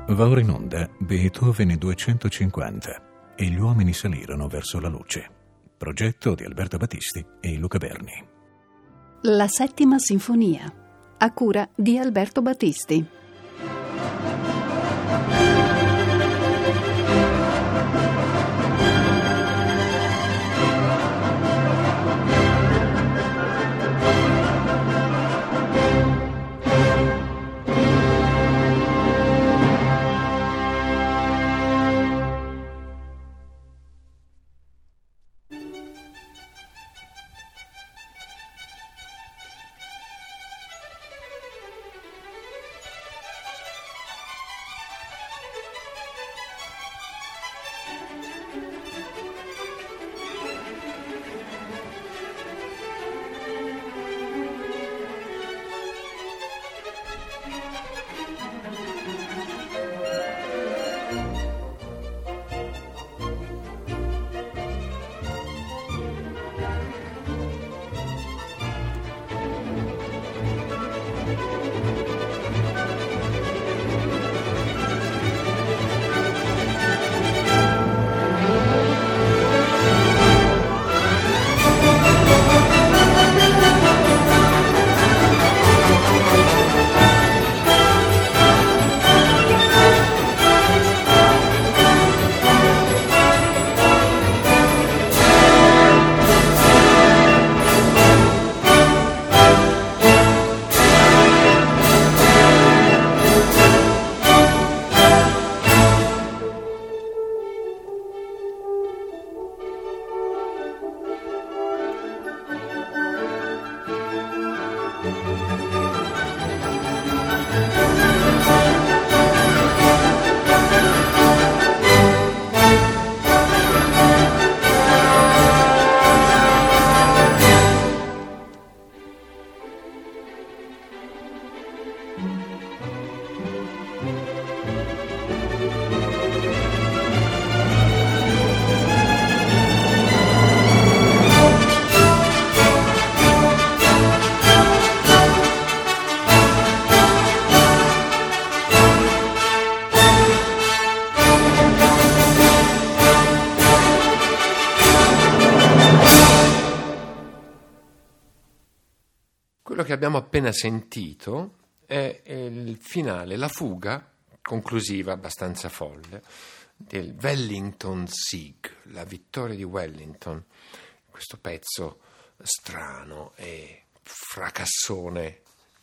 Va ora in onda Beethoven 250 e gli uomini salirono verso la luce. Progetto di Alberto Battisti e Luca Berni. La settima sinfonia, a cura di Alberto Battisti. Quello che abbiamo appena sentito è il finale, la fuga conclusiva abbastanza folle del Wellington Sieg, la vittoria di Wellington, questo pezzo strano e fracassone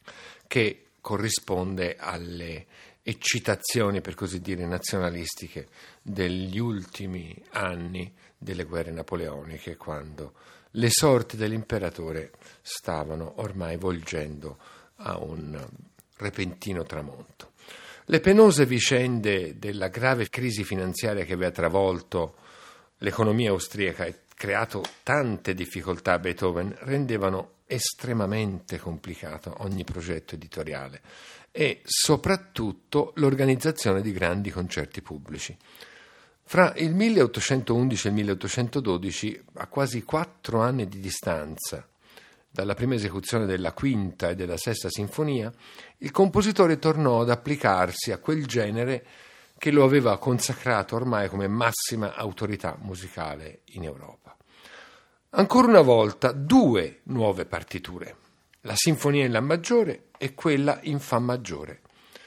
che corrisponde alle eccitazioni, per così dire, nazionalistiche degli ultimi anni delle guerre napoleoniche, quando le sorti dell'imperatore stavano ormai volgendo a un repentino tramonto. Le penose vicende della grave crisi finanziaria che aveva travolto l'economia austriaca e creato tante difficoltà a Beethoven rendevano estremamente complicato ogni progetto editoriale e soprattutto l'organizzazione di grandi concerti pubblici. Fra il 1811 e il 1812, a quasi 4 anni di distanza dalla prima esecuzione della quinta e della sesta sinfonia, il compositore tornò ad applicarsi a quel genere che lo aveva consacrato ormai come massima autorità musicale in Europa. Ancora una volta 2 nuove partiture, la sinfonia in La maggiore e quella in Fa maggiore.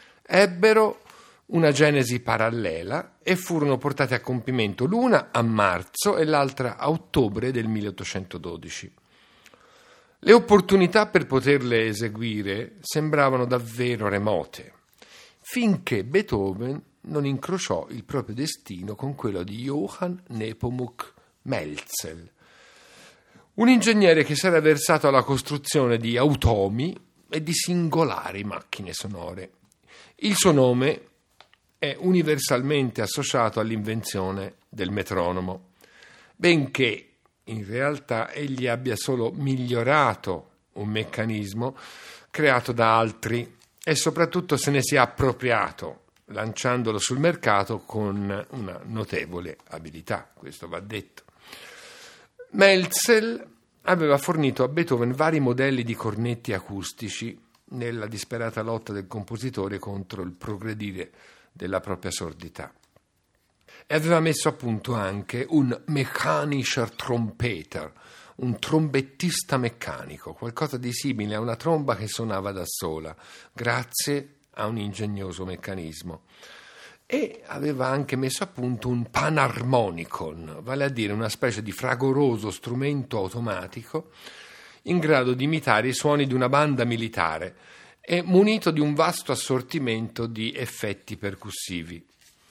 Ebbero una genesi parallela e furono portate a compimento l'una a marzo e l'altra a ottobre del 1812. Le opportunità per poterle eseguire sembravano davvero remote, finché Beethoven non incrociò il proprio destino con quello di Johann Nepomuk Melzel, un ingegnere che si era versato alla costruzione di automi e di singolari macchine sonore. Il suo nome è universalmente associato all'invenzione del metronomo, benché in realtà egli abbia solo migliorato un meccanismo creato da altri e soprattutto se ne sia appropriato, lanciandolo sul mercato con una notevole abilità, questo va detto. Melzel aveva fornito a Beethoven vari modelli di cornetti acustici nella disperata lotta del compositore contro il progredire della propria sordità. E aveva messo a punto anche un mechanischer Trompeter, un trombettista meccanico, qualcosa di simile a una tromba che suonava da sola, grazie a un ingegnoso meccanismo. E aveva anche messo a punto un panarmonicon, vale a dire una specie di fragoroso strumento automatico in grado di imitare i suoni di una banda militare e munito di un vasto assortimento di effetti percussivi.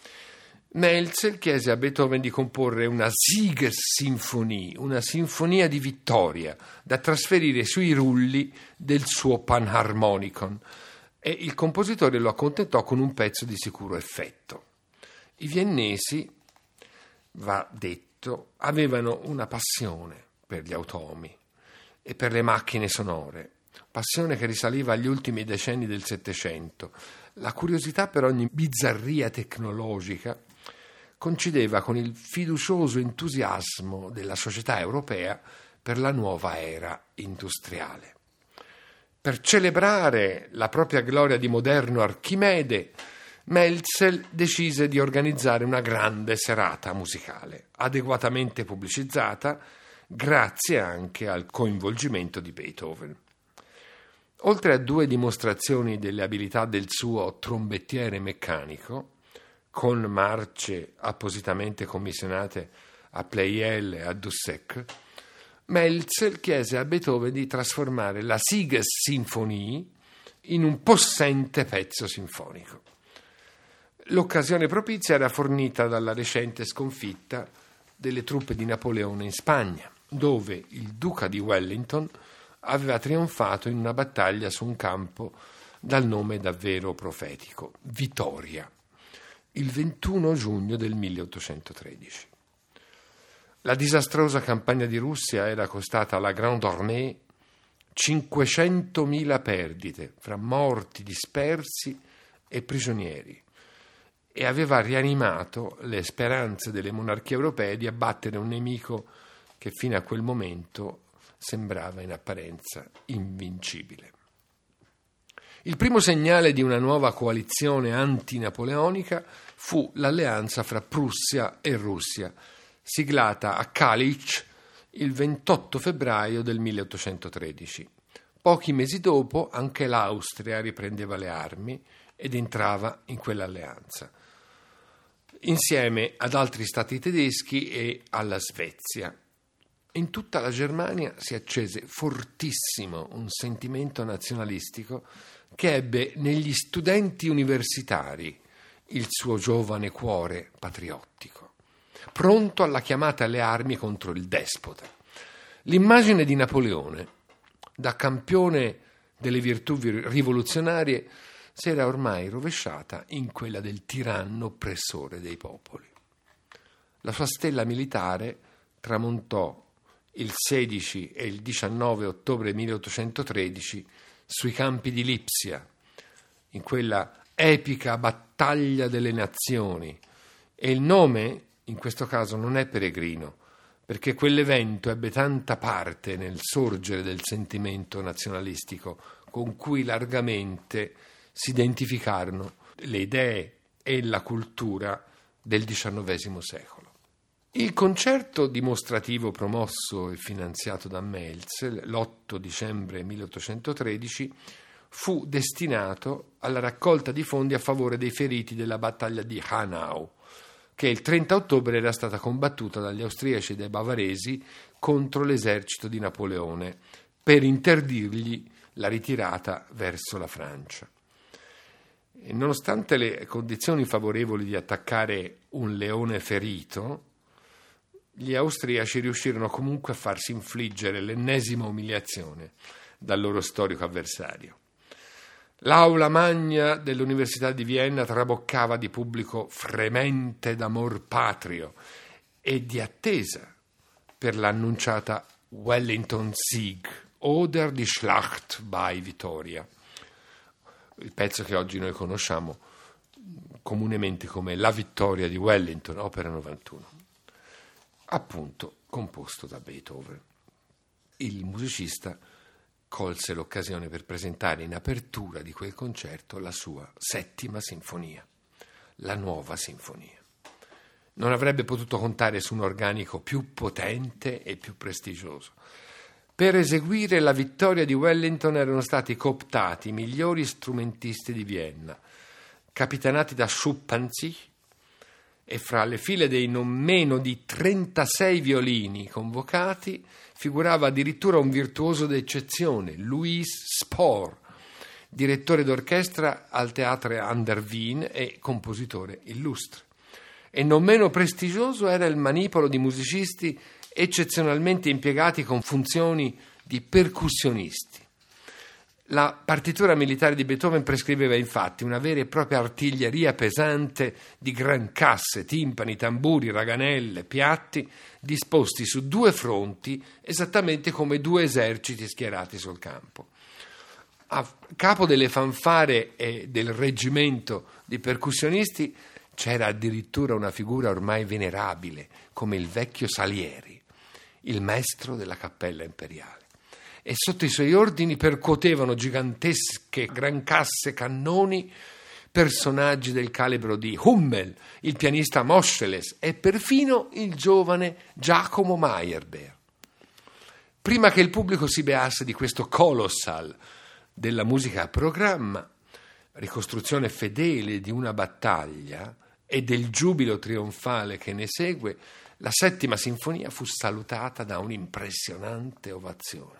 Mälzel chiese a Beethoven di comporre una Siegessinfonie, una sinfonia di vittoria, da trasferire sui rulli del suo panharmonicon, e il compositore lo accontentò con un pezzo di sicuro effetto. I viennesi, va detto, avevano una passione per gli automi e per le macchine sonore, passione che risaliva agli ultimi decenni del Settecento. La curiosità per ogni bizzarria tecnologica coincideva con il fiducioso entusiasmo della società europea per la nuova era industriale. Per celebrare la propria gloria di moderno Archimede, Mälzel decise di organizzare una grande serata musicale, adeguatamente pubblicizzata, grazie anche al coinvolgimento di Beethoven. Oltre a 2 dimostrazioni delle abilità del suo trombettiere meccanico, con marce appositamente commissionate a Pleyel e a Dussek, Mälzel chiese a Beethoven di trasformare la Siegessinfonie in un possente pezzo sinfonico. L'occasione propizia era fornita dalla recente sconfitta delle truppe di Napoleone in Spagna, dove il duca di Wellington aveva trionfato in una battaglia su un campo dal nome davvero profetico, Vittoria, il 21 giugno del 1813. La disastrosa campagna di Russia era costata alla Grande Armée 500.000 perdite, fra morti, dispersi e prigionieri, e aveva rianimato le speranze delle monarchie europee di abbattere un nemico che fino a quel momento sembrava in apparenza invincibile. Il primo segnale di una nuova coalizione antinapoleonica fu l'alleanza fra Prussia e Russia, siglata a Kalisz il 28 febbraio del 1813. Pochi mesi dopo anche l'Austria riprendeva le armi ed entrava in quell'alleanza, insieme ad altri stati tedeschi e alla Svezia. In tutta la Germania si accese fortissimo un sentimento nazionalistico che ebbe negli studenti universitari il suo giovane cuore patriottico, pronto alla chiamata alle armi contro il despota. L'immagine di Napoleone, da campione delle virtù rivoluzionarie, si era ormai rovesciata in quella del tiranno oppressore dei popoli. La sua stella militare tramontò il 16 e il 19 ottobre 1813 sui campi di Lipsia, in quella epica battaglia delle nazioni, e il nome in questo caso non è peregrino, perché quell'evento ebbe tanta parte nel sorgere del sentimento nazionalistico con cui largamente si identificarono le idee e la cultura del XIX secolo. Il concerto dimostrativo promosso e finanziato da Mälzel l'8 dicembre 1813 fu destinato alla raccolta di fondi a favore dei feriti della battaglia di Hanau, che il 30 ottobre era stata combattuta dagli austriaci e dai bavaresi contro l'esercito di Napoleone per interdirgli la ritirata verso la Francia. E nonostante le condizioni favorevoli di attaccare un leone ferito, gli austriaci riuscirono comunque a farsi infliggere l'ennesima umiliazione dal loro storico avversario. L'aula magna dell'Università di Vienna traboccava di pubblico fremente d'amor patrio e di attesa per l'annunciata Wellington Sieg, Oder die Schlacht bei Vittoria, il pezzo che oggi noi conosciamo comunemente come La vittoria di Wellington, opera 91, appunto composto da Beethoven. Il musicista colse l'occasione per presentare in apertura di quel concerto la sua settima sinfonia, la nuova sinfonia. Non avrebbe potuto contare su un organico più potente e più prestigioso. Per eseguire la vittoria di Wellington erano stati cooptati i migliori strumentisti di Vienna, capitanati da Schuppanzich, e fra le file dei non meno di 36 violini convocati figurava addirittura un virtuoso d'eccezione, Louis Spohr, direttore d'orchestra al Teatro an der Wien e compositore illustre. E non meno prestigioso era il manipolo di musicisti eccezionalmente impiegati con funzioni di percussionisti. La partitura militare di Beethoven prescriveva infatti una vera e propria artiglieria pesante di gran casse, timpani, tamburi, raganelle, piatti, disposti su 2 fronti esattamente come 2 eserciti schierati sul campo. A capo delle fanfare e del reggimento di percussionisti c'era addirittura una figura ormai venerabile, come il vecchio Salieri, il maestro della cappella imperiale. E sotto i suoi ordini percuotevano gigantesche grancasse cannoni personaggi del calibro di Hummel, il pianista Moscheles e perfino il giovane Giacomo Meyerbeer. Prima che il pubblico si beasse di questo colossal della musica a programma, ricostruzione fedele di una battaglia e del giubilo trionfale che ne segue, la 7ª sinfonia fu salutata da un'impressionante ovazione.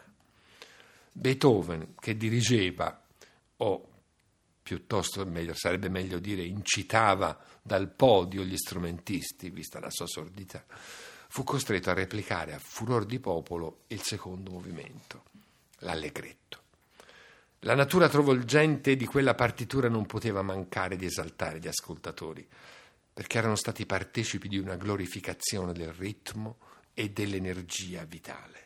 Beethoven, che dirigeva, o piuttosto sarebbe meglio dire incitava dal podio gli strumentisti, vista la sua sordità, fu costretto a replicare a furor di popolo il 2° movimento, l'allegretto. La natura travolgente di quella partitura non poteva mancare di esaltare gli ascoltatori, perché erano stati partecipi di una glorificazione del ritmo e dell'energia vitale.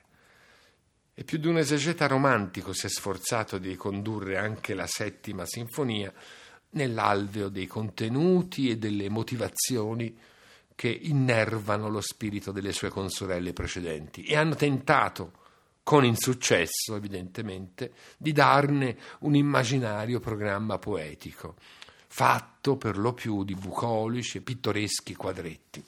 E più di un esegeta romantico si è sforzato di condurre anche la 7ª sinfonia nell'alveo dei contenuti e delle motivazioni che innervano lo spirito delle sue consorelle precedenti e hanno tentato, con insuccesso evidentemente, di darne un immaginario programma poetico, fatto per lo più di bucolici e pittoreschi quadretti.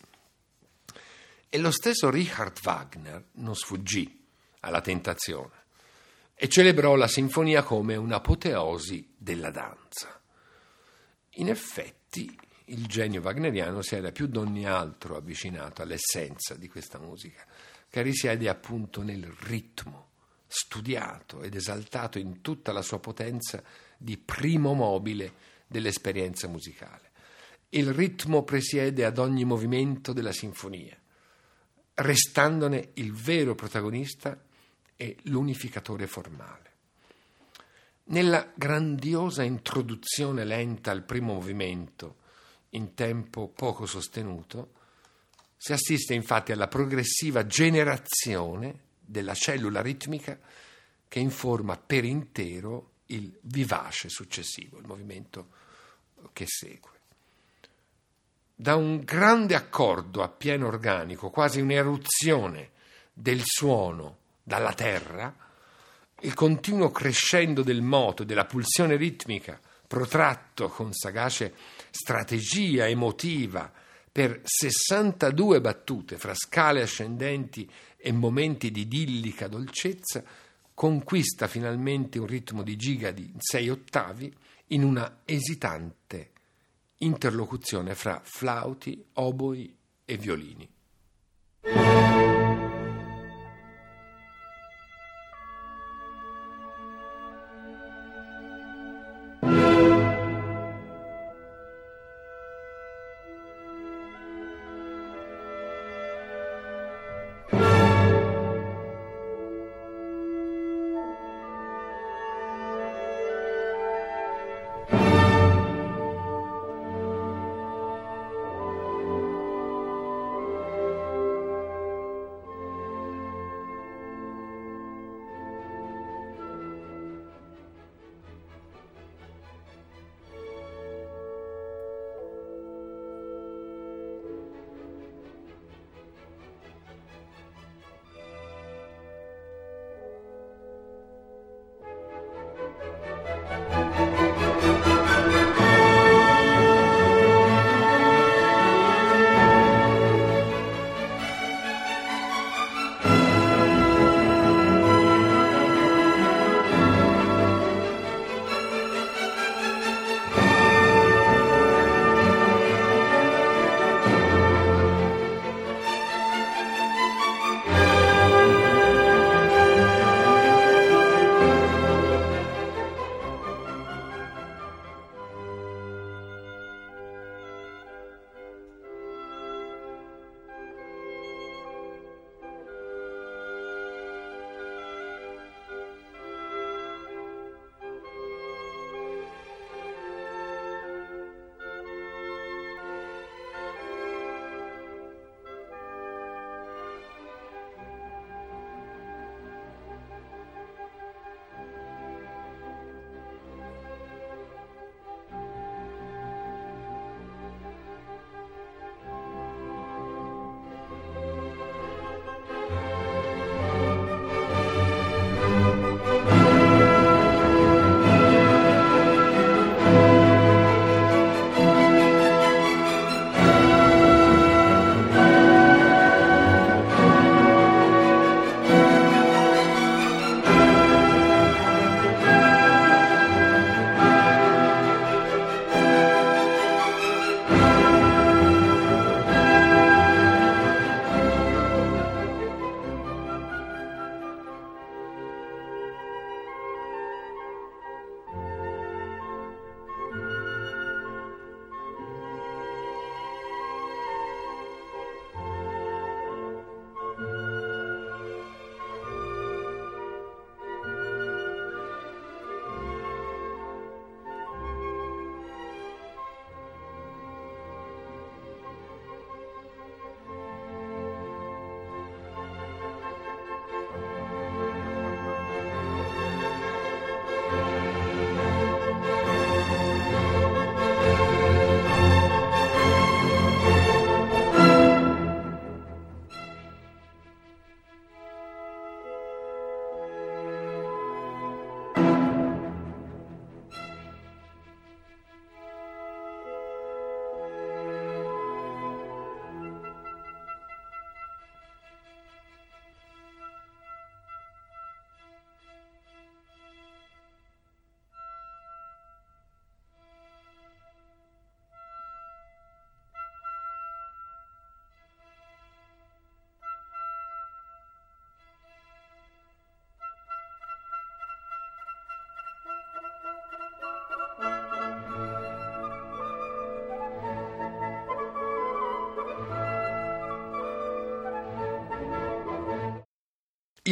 E lo stesso Richard Wagner non sfuggì alla tentazione e celebrò la sinfonia come un'apoteosi della danza. In effetti, il genio wagneriano si era più d'ogni altro avvicinato all'essenza di questa musica, che risiede appunto nel ritmo, studiato ed esaltato in tutta la sua potenza di primo mobile dell'esperienza musicale. Il ritmo presiede ad ogni movimento della sinfonia, restandone il vero protagonista e l'unificatore formale. Nella grandiosa introduzione lenta al primo movimento, in tempo poco sostenuto, si assiste infatti alla progressiva generazione della cellula ritmica che informa per intero il vivace successivo, il movimento che segue. Da un grande accordo a pieno organico, quasi un'eruzione del suono dalla terra, il continuo crescendo del moto e della pulsione ritmica, protratto con sagace strategia emotiva per 62 battute fra scale ascendenti e momenti di idillica dolcezza, conquista finalmente un ritmo di giga di 6 ottavi in una esitante interlocuzione fra flauti, oboi e violini.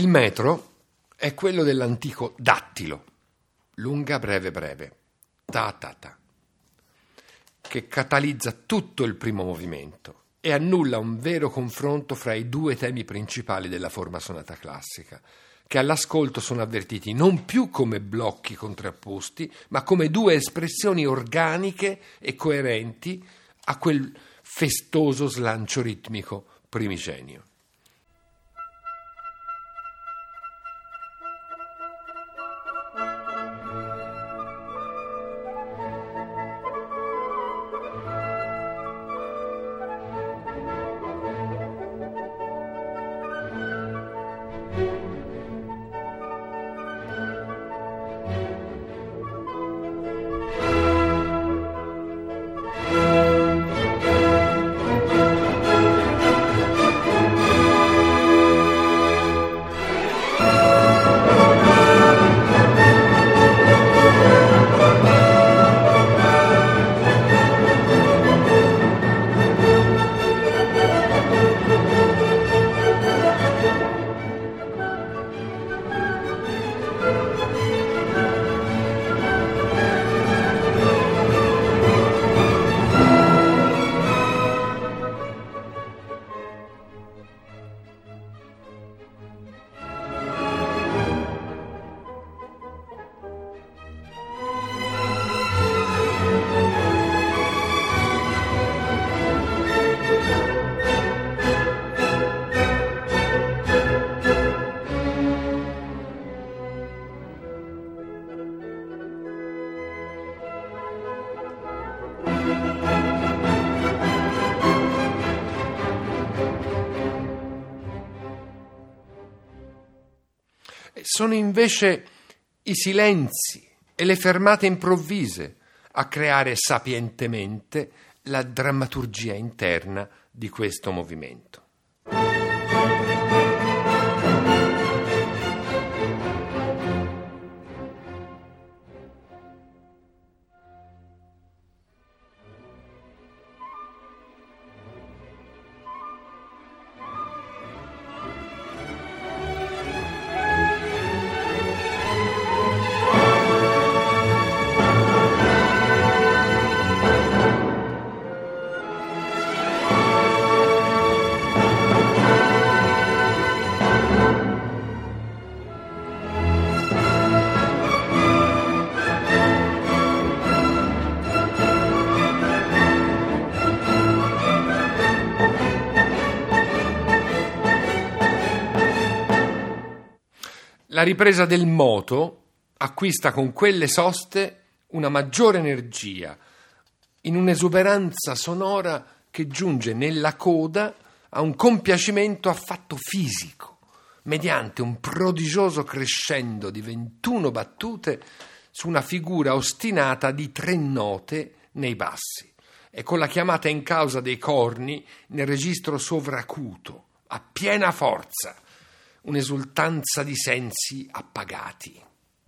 Il metro è quello dell'antico dattilo, lunga breve breve, ta ta ta, che catalizza tutto il primo movimento e annulla un vero confronto fra i due temi principali della forma sonata classica, che all'ascolto sono avvertiti non più come blocchi contrapposti, ma come due espressioni organiche e coerenti a quel festoso slancio ritmico primigenio. Sono invece i silenzi e le fermate improvvise a creare sapientemente la drammaturgia interna di questo movimento. La ripresa del moto acquista con quelle soste una maggiore energia, in un'esuberanza sonora che giunge nella coda a un compiacimento affatto fisico, mediante un prodigioso crescendo di 21 battute su una figura ostinata di 3 note nei bassi e con la chiamata in causa dei corni nel registro sovracuto, a piena forza, un'esultanza di sensi appagati.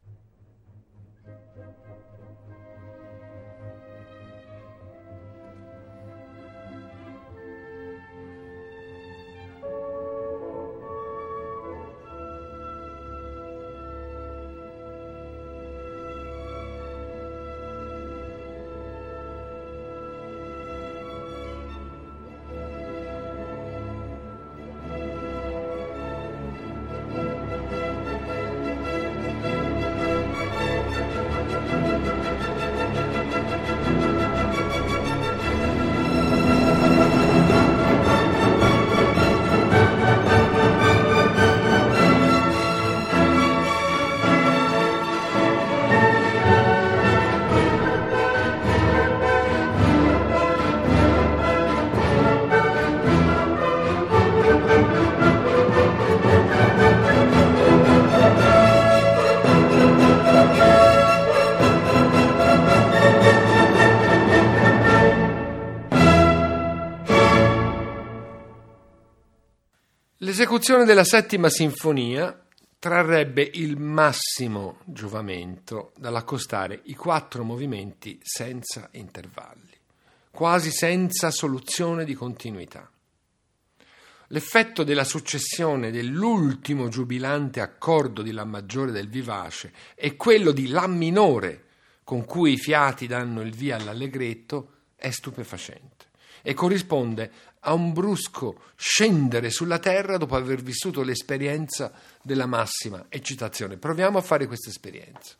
L'esecuzione della settima sinfonia trarrebbe il massimo giovamento dall'accostare i 4 movimenti senza intervalli, quasi senza soluzione di continuità. L'effetto della successione dell'ultimo giubilante accordo di La maggiore del vivace e quello di La minore, con cui i fiati danno il via all'allegretto, è stupefacente e corrisponde a un brusco scendere sulla terra dopo aver vissuto l'esperienza della massima eccitazione. Proviamo a fare questa esperienza.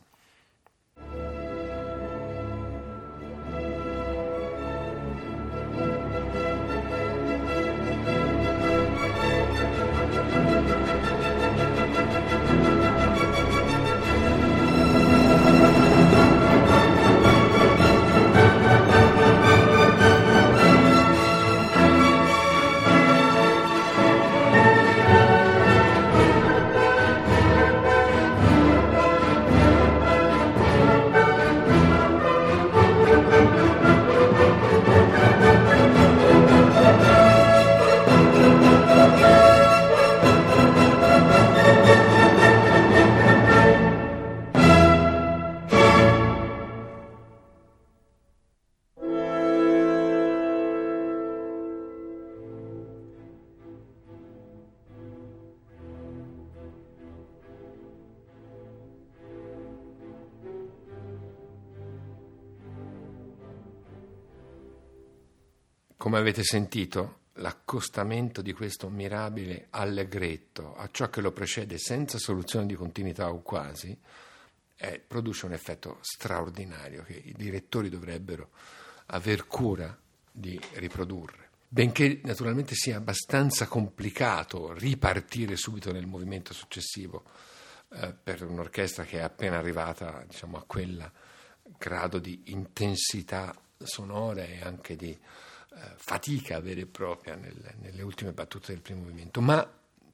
Come avete sentito, l'accostamento di questo mirabile allegretto a ciò che lo precede senza soluzione di continuità o quasi produce un effetto straordinario che i direttori dovrebbero aver cura di riprodurre. Benché naturalmente sia abbastanza complicato ripartire subito nel movimento successivo per un'orchestra che è appena arrivata, diciamo, a quel grado di intensità sonora e anche di fatica vera e propria nelle ultime battute del primo movimento, ma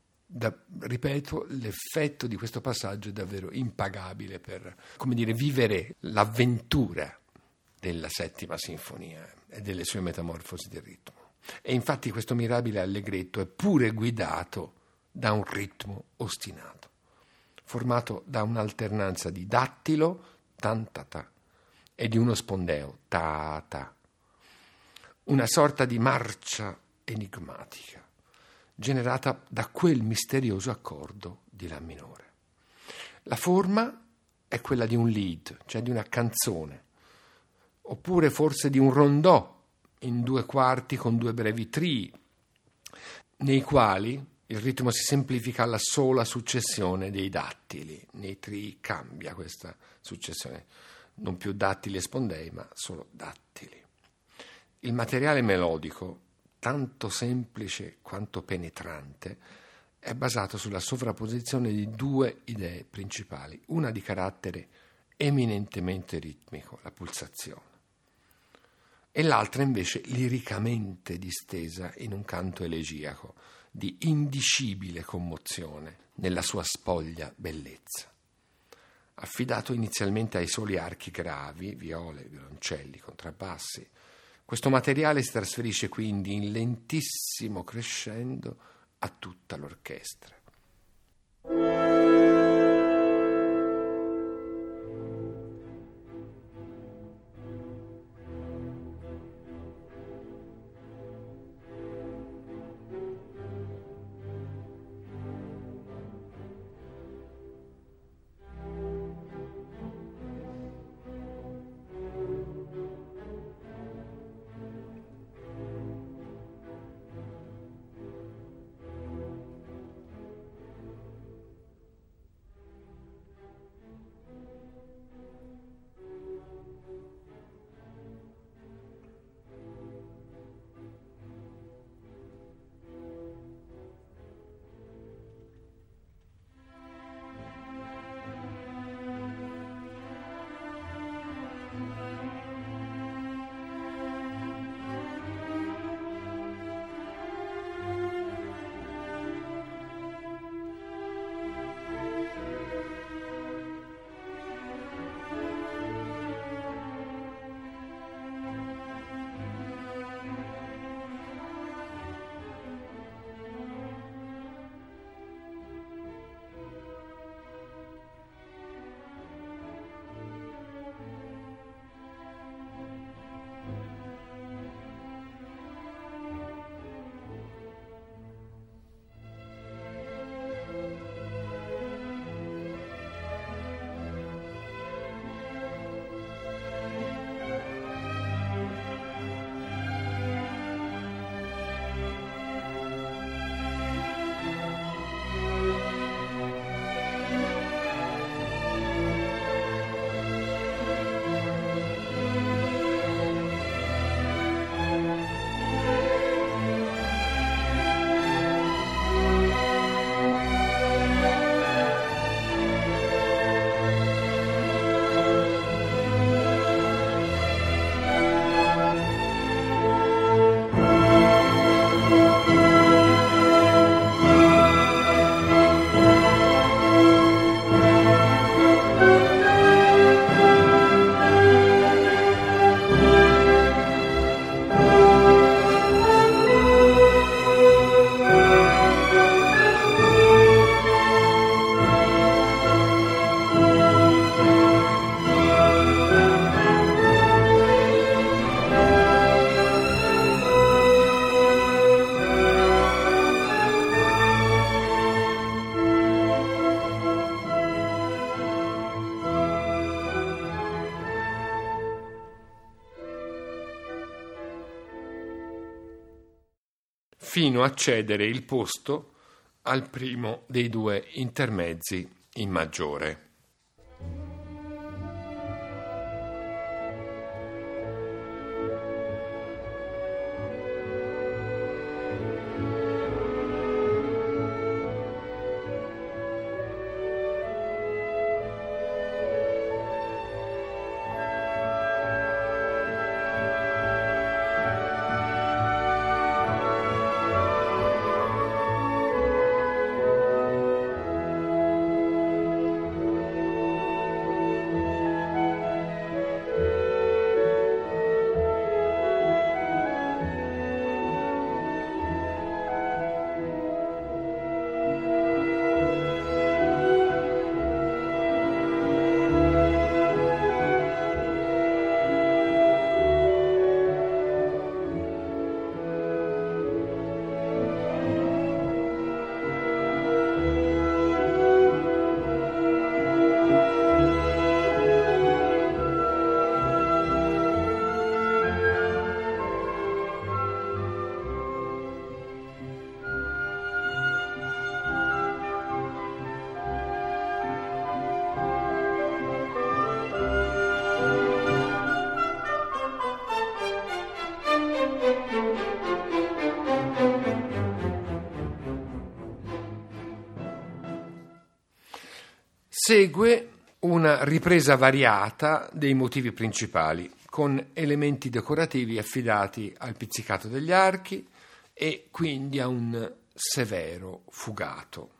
ripeto, l'effetto di questo passaggio è davvero impagabile per, come dire, vivere l'avventura della settima sinfonia e delle sue metamorfosi del ritmo. E infatti questo mirabile allegretto è pure guidato da un ritmo ostinato, formato da un'alternanza di dattilo, tan-ta-ta, e di uno spondeo, ta-ta. Una sorta di marcia enigmatica, generata da quel misterioso accordo di La minore. La forma è quella di un lead, cioè di una canzone, oppure forse di un rondò in 2/4 con 2 brevi trii, nei quali il ritmo si semplifica alla sola successione dei dattili. Nei trii cambia questa successione, non più dattili e spondei, ma solo dattili. Il materiale melodico, tanto semplice quanto penetrante, è basato sulla sovrapposizione di 2 idee principali, una di carattere eminentemente ritmico, la pulsazione, e l'altra invece liricamente distesa in un canto elegiaco, di indicibile commozione nella sua spoglia bellezza. Affidato inizialmente ai soli archi gravi, viole, violoncelli, contrabbassi, questo materiale si trasferisce quindi in lentissimo crescendo a tutta l'orchestra. fino a cedere il posto al primo dei due intermezzi in maggiore. Segue una ripresa variata dei motivi principali, con elementi decorativi affidati al pizzicato degli archi e quindi a un severo fugato.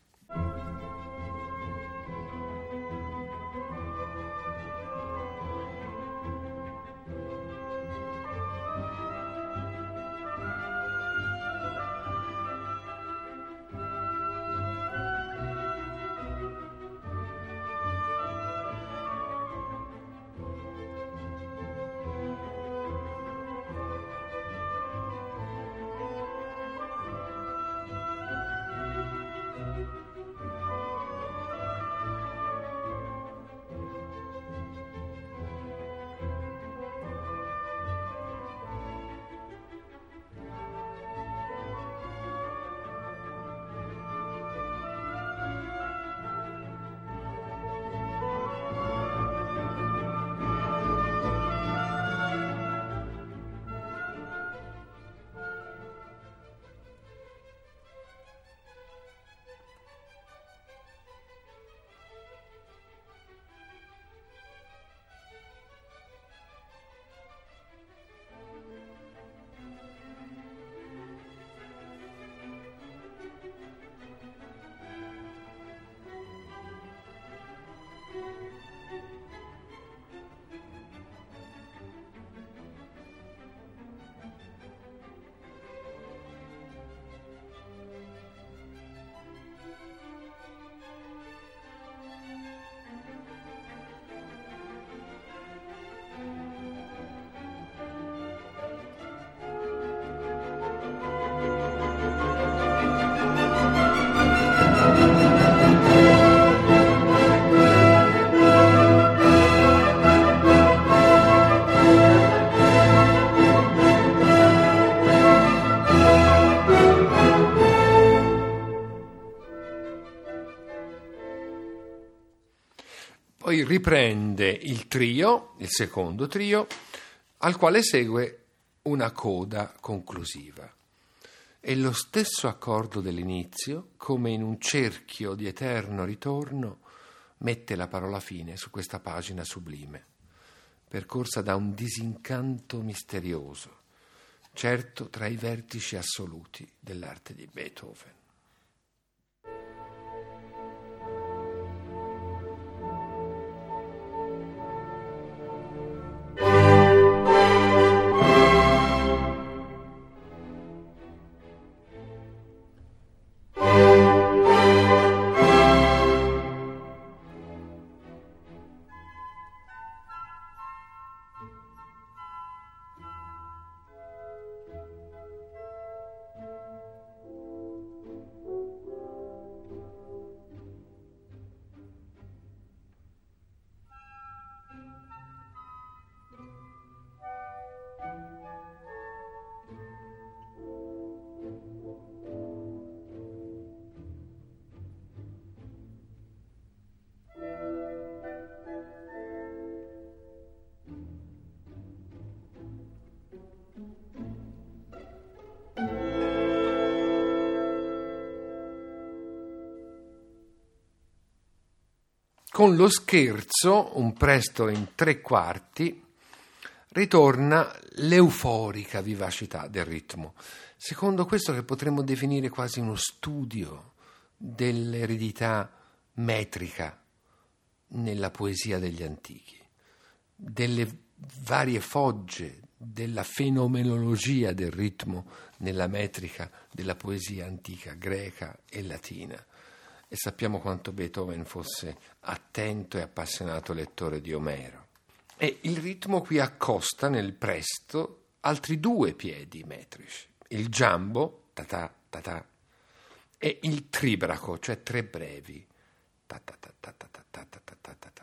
Poi riprende il trio, il secondo trio, al quale segue una coda conclusiva. E lo stesso accordo dell'inizio, come in un cerchio di eterno ritorno, mette la parola fine su questa pagina sublime, percorsa da un disincanto misterioso, certo tra i vertici assoluti dell'arte di Beethoven. Con lo scherzo, un presto in 3/4, ritorna l'euforica vivacità del ritmo, secondo questo che potremmo definire quasi uno studio dell'eredità metrica nella poesia degli antichi, delle varie fogge della fenomenologia del ritmo nella metrica della poesia antica greca e latina. E sappiamo quanto Beethoven fosse attento e appassionato lettore di Omero. E il ritmo qui accosta nel presto altri 2 piedi metrici, il giambo, ta-ta, ta-ta, e il tribraco, cioè 3 brevi, ta-ta-ta-ta-ta-ta-ta-ta-ta-ta.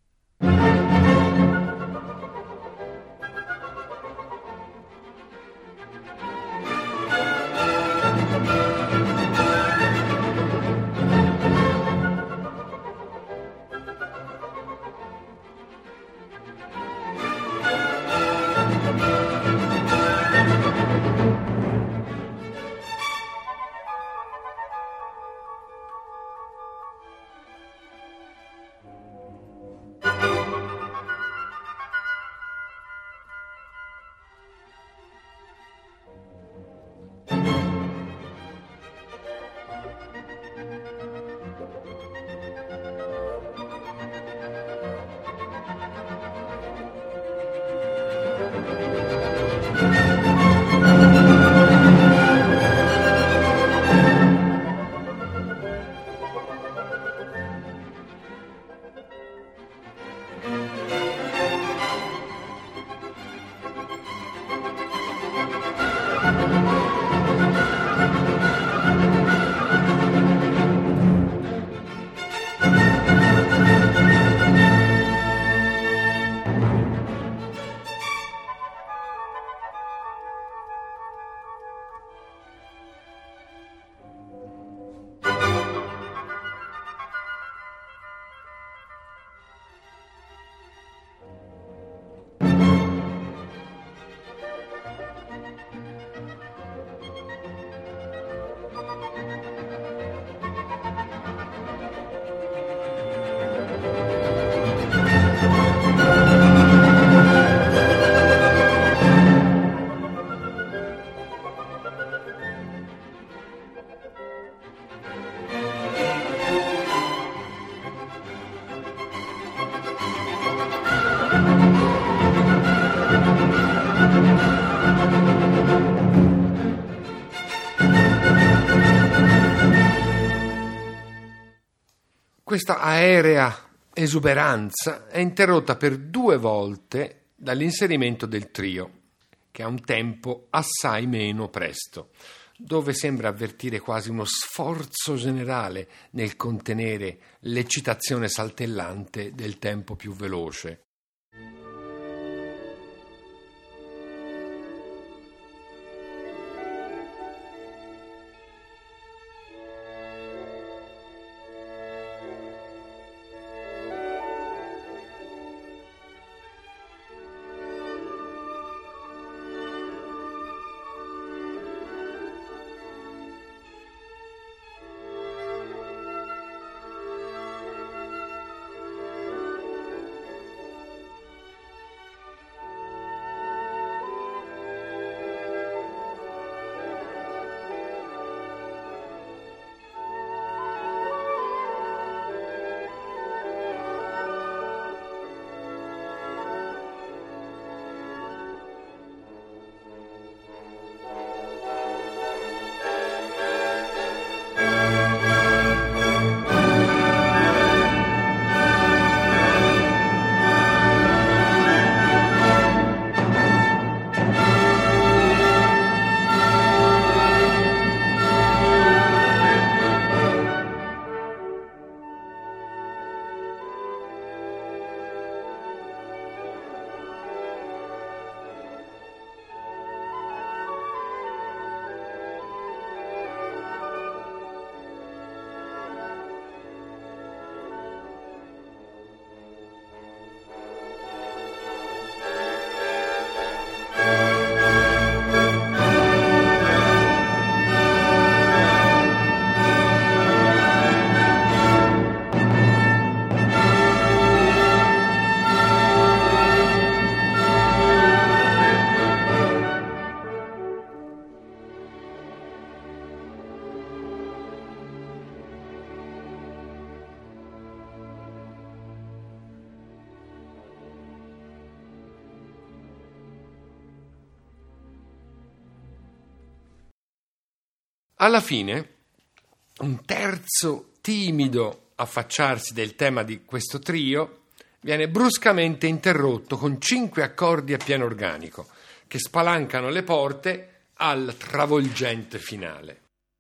Questa aerea esuberanza è interrotta per 2 volte dall'inserimento del trio, che ha un tempo assai meno presto, dove sembra avvertire quasi uno sforzo generale nel contenere l'eccitazione saltellante del tempo più veloce. Alla fine, un terzo timido affacciarsi del tema di questo trio viene bruscamente interrotto con 5 accordi a piano organico che spalancano le porte al travolgente finale.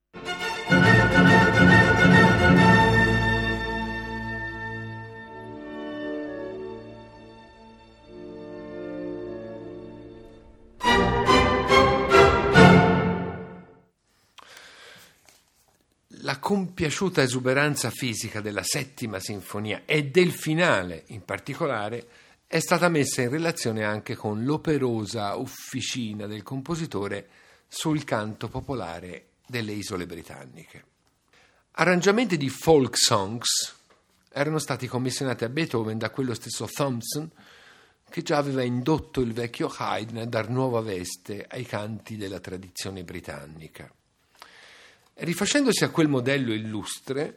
La compiaciuta esuberanza fisica della settima sinfonia e del finale in particolare è stata messa in relazione anche con l'operosa officina del compositore sul canto popolare delle isole britanniche. Arrangiamenti di folk songs erano stati commissionati a Beethoven da quello stesso Thompson che già aveva indotto il vecchio Haydn a dar nuova veste ai canti della tradizione britannica. Rifacendosi a quel modello illustre,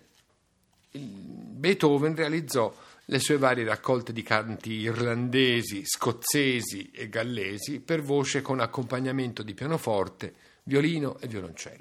Beethoven realizzò le sue varie raccolte di canti irlandesi, scozzesi e gallesi per voce con accompagnamento di pianoforte, violino e violoncello.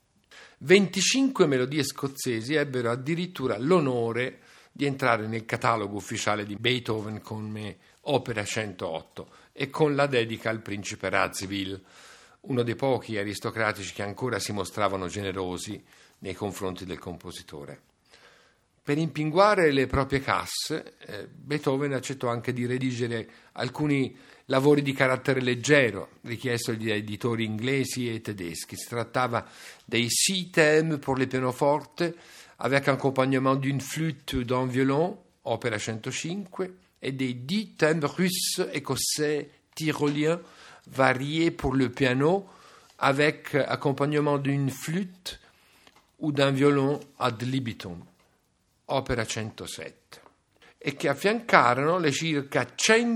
25 melodie scozzesi ebbero addirittura l'onore di entrare nel catalogo ufficiale di Beethoven come opera 108 e con la dedica al principe Radziwiłł, uno dei pochi aristocratici che ancora si mostravano generosi nei confronti del compositore. Per rimpinguare le proprie casse, Beethoven accettò anche di redigere alcuni lavori di carattere leggero, richiesto agli editori inglesi e tedeschi. Si trattava dei 6 thèmes pour le pianoforte, avec accompagnement d'une flûte d'un violon, opera 105, e dei 10 thèmes russes, écossais, tyroliens, variés pour le piano, avec accompagnement d'une flûte ou d'un violon ad libitum, opera 107, e che affiancarono le circa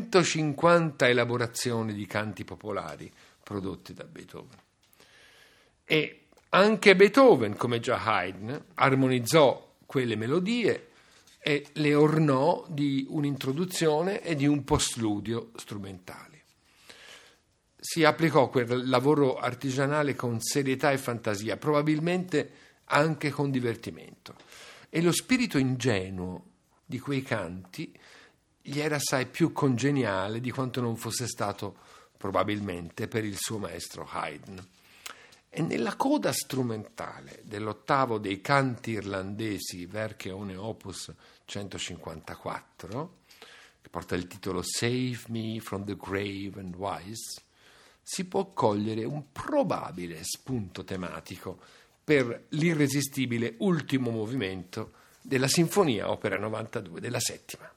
150 elaborazioni di canti popolari prodotti da Beethoven. E anche Beethoven, come già Haydn, armonizzò quelle melodie e le ornò di un'introduzione e di un postludio strumentali. Si applicò quel lavoro artigianale con serietà e fantasia, probabilmente anche con divertimento. E lo spirito ingenuo di quei canti gli era assai più congeniale di quanto non fosse stato probabilmente per il suo maestro Haydn. E nella coda strumentale dell'ottavo dei canti irlandesi Werke ohne Opus 154, che porta il titolo Save Me from the Grave and Wise, si può cogliere un probabile spunto tematico per l'irresistibile ultimo movimento della Sinfonia Opera 92 della settima.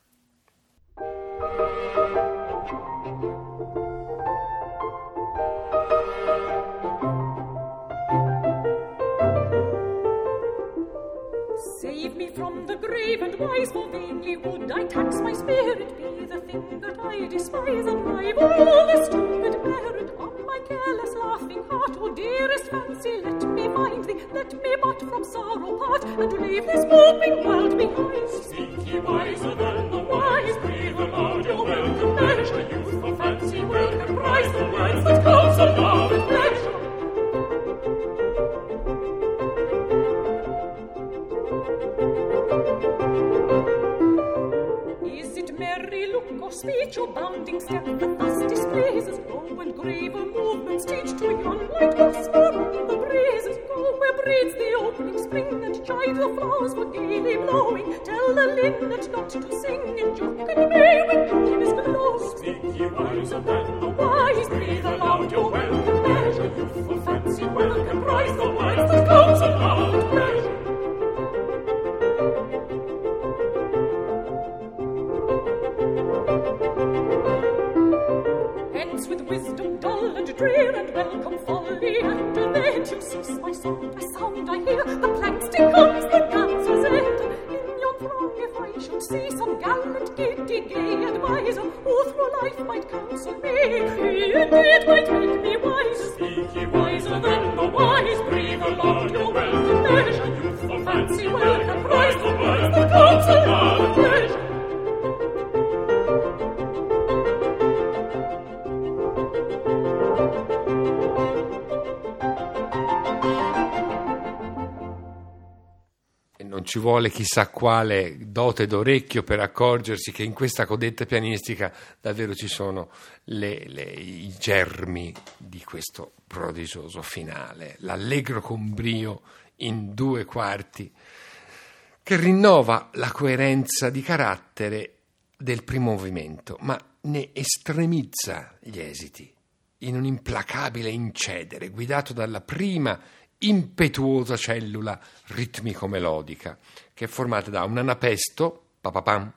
Save me from the grave and wise, for vainly would I tax my spirit, be the thing that I despise, and rival all the stupid merit of my careless laughing heart. O dearest fancy, let me find thee, let me but from sorrow part, and leave this moping world behind. Speak ye wiser than the wise, breathe aloud your welcome measure, youthful fancy will comprise the words that counsel love and pleasure. Speech or bounding step that thus displaces, low and graver movements teach to yon light whisper on the breezes. Go where breathes the opening spring, and chide the flowers for gaily blowing. Tell the linnet not to sing in joke and May when dawn is glowing. Speak ye wiser than the Wise, breathe aloud your welcome measure, youthful fancy will comprise the words that counsel love and pleasure. And welcome folly and event. You cease my song, a sound I hear. The plank stick comes, the dancer's end. In yon throng, if I should see some gallant, giddy, gay adviser, who through life might counsel me, he indeed might make me wise. Speak ye wiser than the wise, breathe aloud your welcome measure, youthful fancy will comprise the words that counsel love and pleasure. Non ci vuole chissà quale dote d'orecchio per accorgersi che in questa codetta pianistica davvero ci sono i germi di questo prodigioso finale, l'allegro con brio in 2 quarti, che rinnova la coerenza di carattere del primo movimento, ma ne estremizza gli esiti in un implacabile incedere guidato dalla prima impetuosa cellula ritmico-melodica, che è formata da un anapesto, papapam,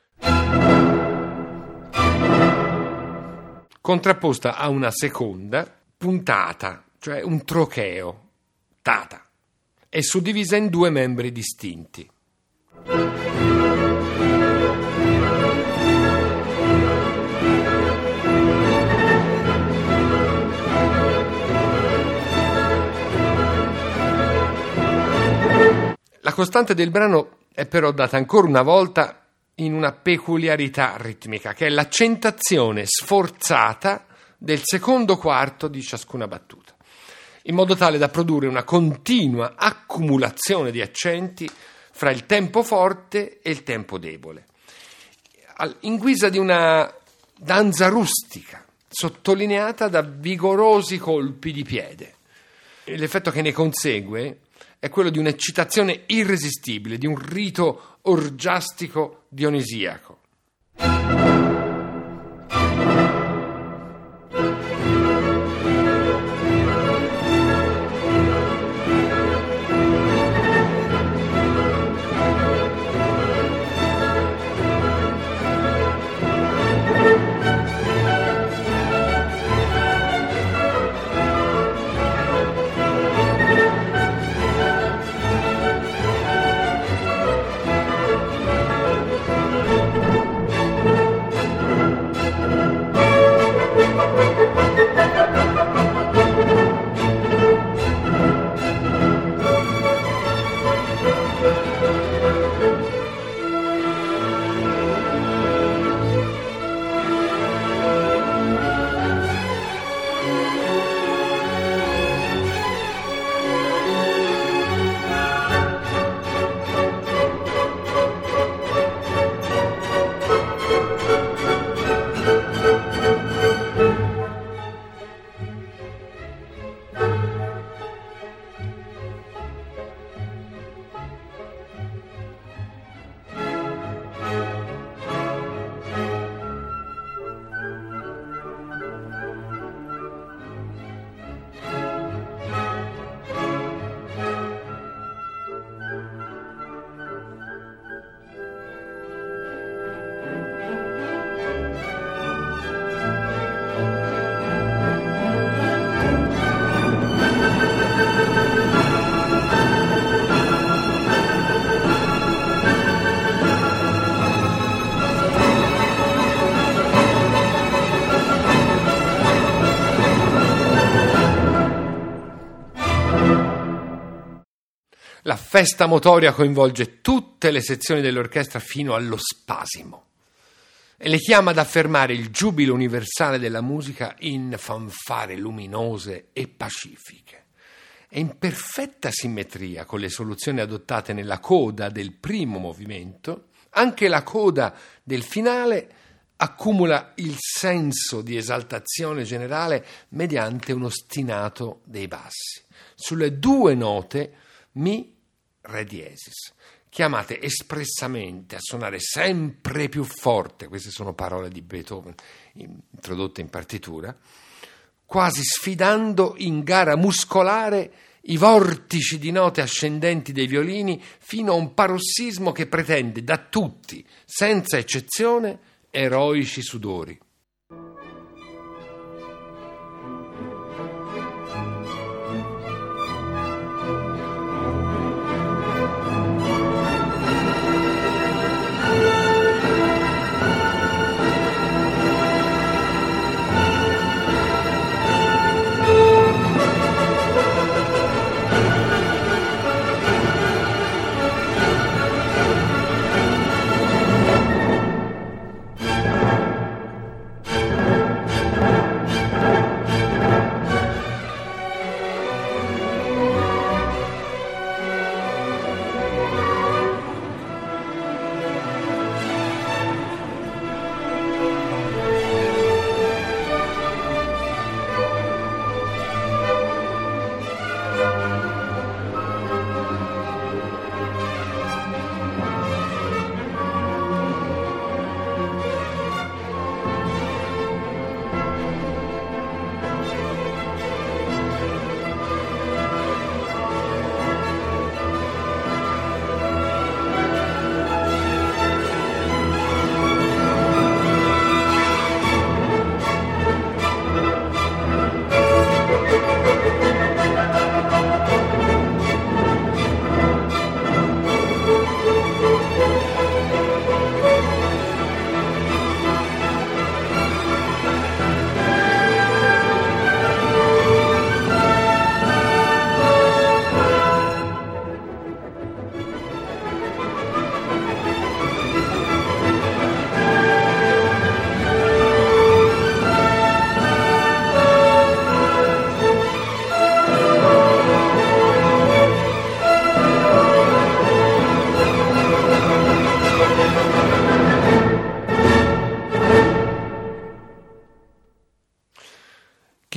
contrapposta a una seconda puntata, cioè un trocheo, tata, e suddivisa in 2 membri distinti. La costante del brano è però data ancora una volta in una peculiarità ritmica, che è l'accentazione sforzata del secondo quarto di ciascuna battuta, in modo tale da produrre una continua accumulazione di accenti fra il tempo forte e il tempo debole, in guisa di una danza rustica, sottolineata da vigorosi colpi di piede. L'effetto che ne consegue è quello di un'eccitazione irresistibile, di un rito orgiastico dionisiaco. La festa motoria coinvolge tutte le sezioni dell'orchestra fino allo spasimo e le chiama ad affermare il giubilo universale della musica in fanfare luminose e pacifiche. È in perfetta simmetria con le soluzioni adottate nella coda del primo movimento. Anche la coda del finale accumula il senso di esaltazione generale mediante un ostinato dei bassi sulle 2 note Mi, Re diesis, chiamate espressamente a suonare sempre più forte, queste sono parole di Beethoven introdotte in partitura, quasi sfidando in gara muscolare i vortici di note ascendenti dei violini fino a un parossismo che pretende da tutti, senza eccezione, eroici sudori.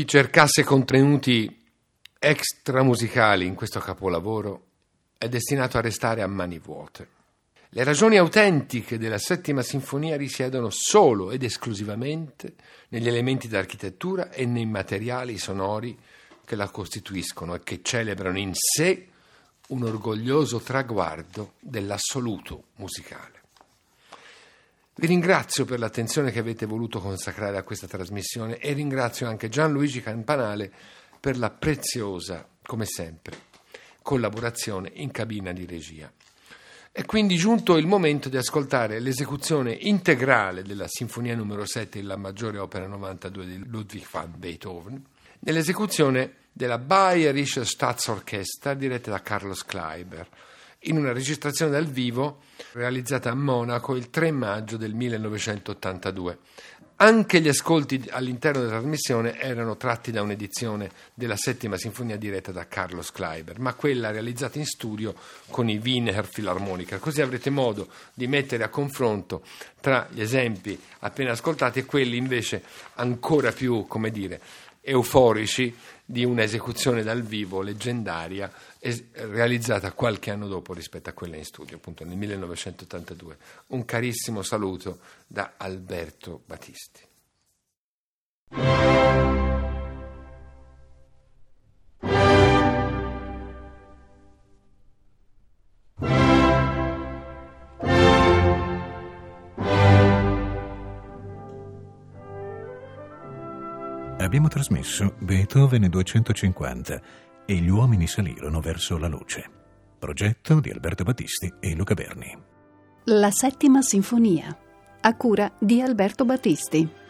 cercasse contenuti extramusicali in questo capolavoro è destinato a restare a mani vuote. Le ragioni autentiche della Settima Sinfonia risiedono solo ed esclusivamente negli elementi d'architettura e nei materiali sonori che la costituiscono e che celebrano in sé un orgoglioso traguardo dell'assoluto musicale. Vi ringrazio per l'attenzione che avete voluto consacrare a questa trasmissione e ringrazio anche Gianluigi Campanale per la preziosa, come sempre, collaborazione in cabina di regia. È quindi giunto il momento di ascoltare l'esecuzione integrale della Sinfonia numero 7 in La maggiore opera 92 di Ludwig van Beethoven, nell'esecuzione della Bayerische Staatsorchester diretta da Carlos Kleiber, in una registrazione dal vivo realizzata a Monaco il 3 maggio del 1982. Anche gli ascolti all'interno della trasmissione erano tratti da un'edizione della Settima Sinfonia diretta da Carlos Kleiber, ma quella realizzata in studio con i Wiener Philharmoniker. Così avrete modo di mettere a confronto tra gli esempi appena ascoltati e quelli invece ancora più, come dire, euforici di un'esecuzione dal vivo leggendaria realizzata qualche anno dopo rispetto a quella in studio, appunto nel 1982. Un carissimo saluto da Alberto Battisti. Abbiamo trasmesso Beethoven 250 e gli uomini salirono verso la luce. Progetto di Alberto Battisti e Luca Berni. La Settima Sinfonia, a cura di Alberto Battisti.